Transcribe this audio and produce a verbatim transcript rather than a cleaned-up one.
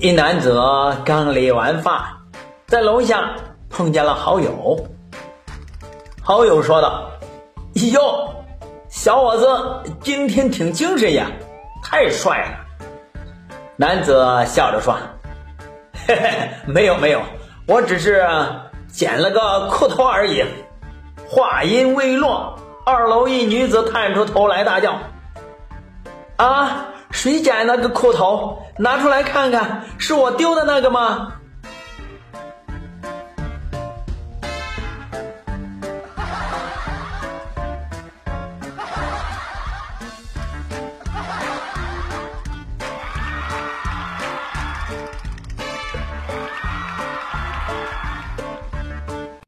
一男子刚理完发，在楼下碰见了好友。好友说道：哟，小伙子今天挺精神呀，太帅了。男子笑着说：嘿嘿，没有没有，我只是剪了个裤头而已。话音未落，二楼一女子探出头来大叫：啊，谁剪了个裤头？拿出来看看，是我丢的那个吗？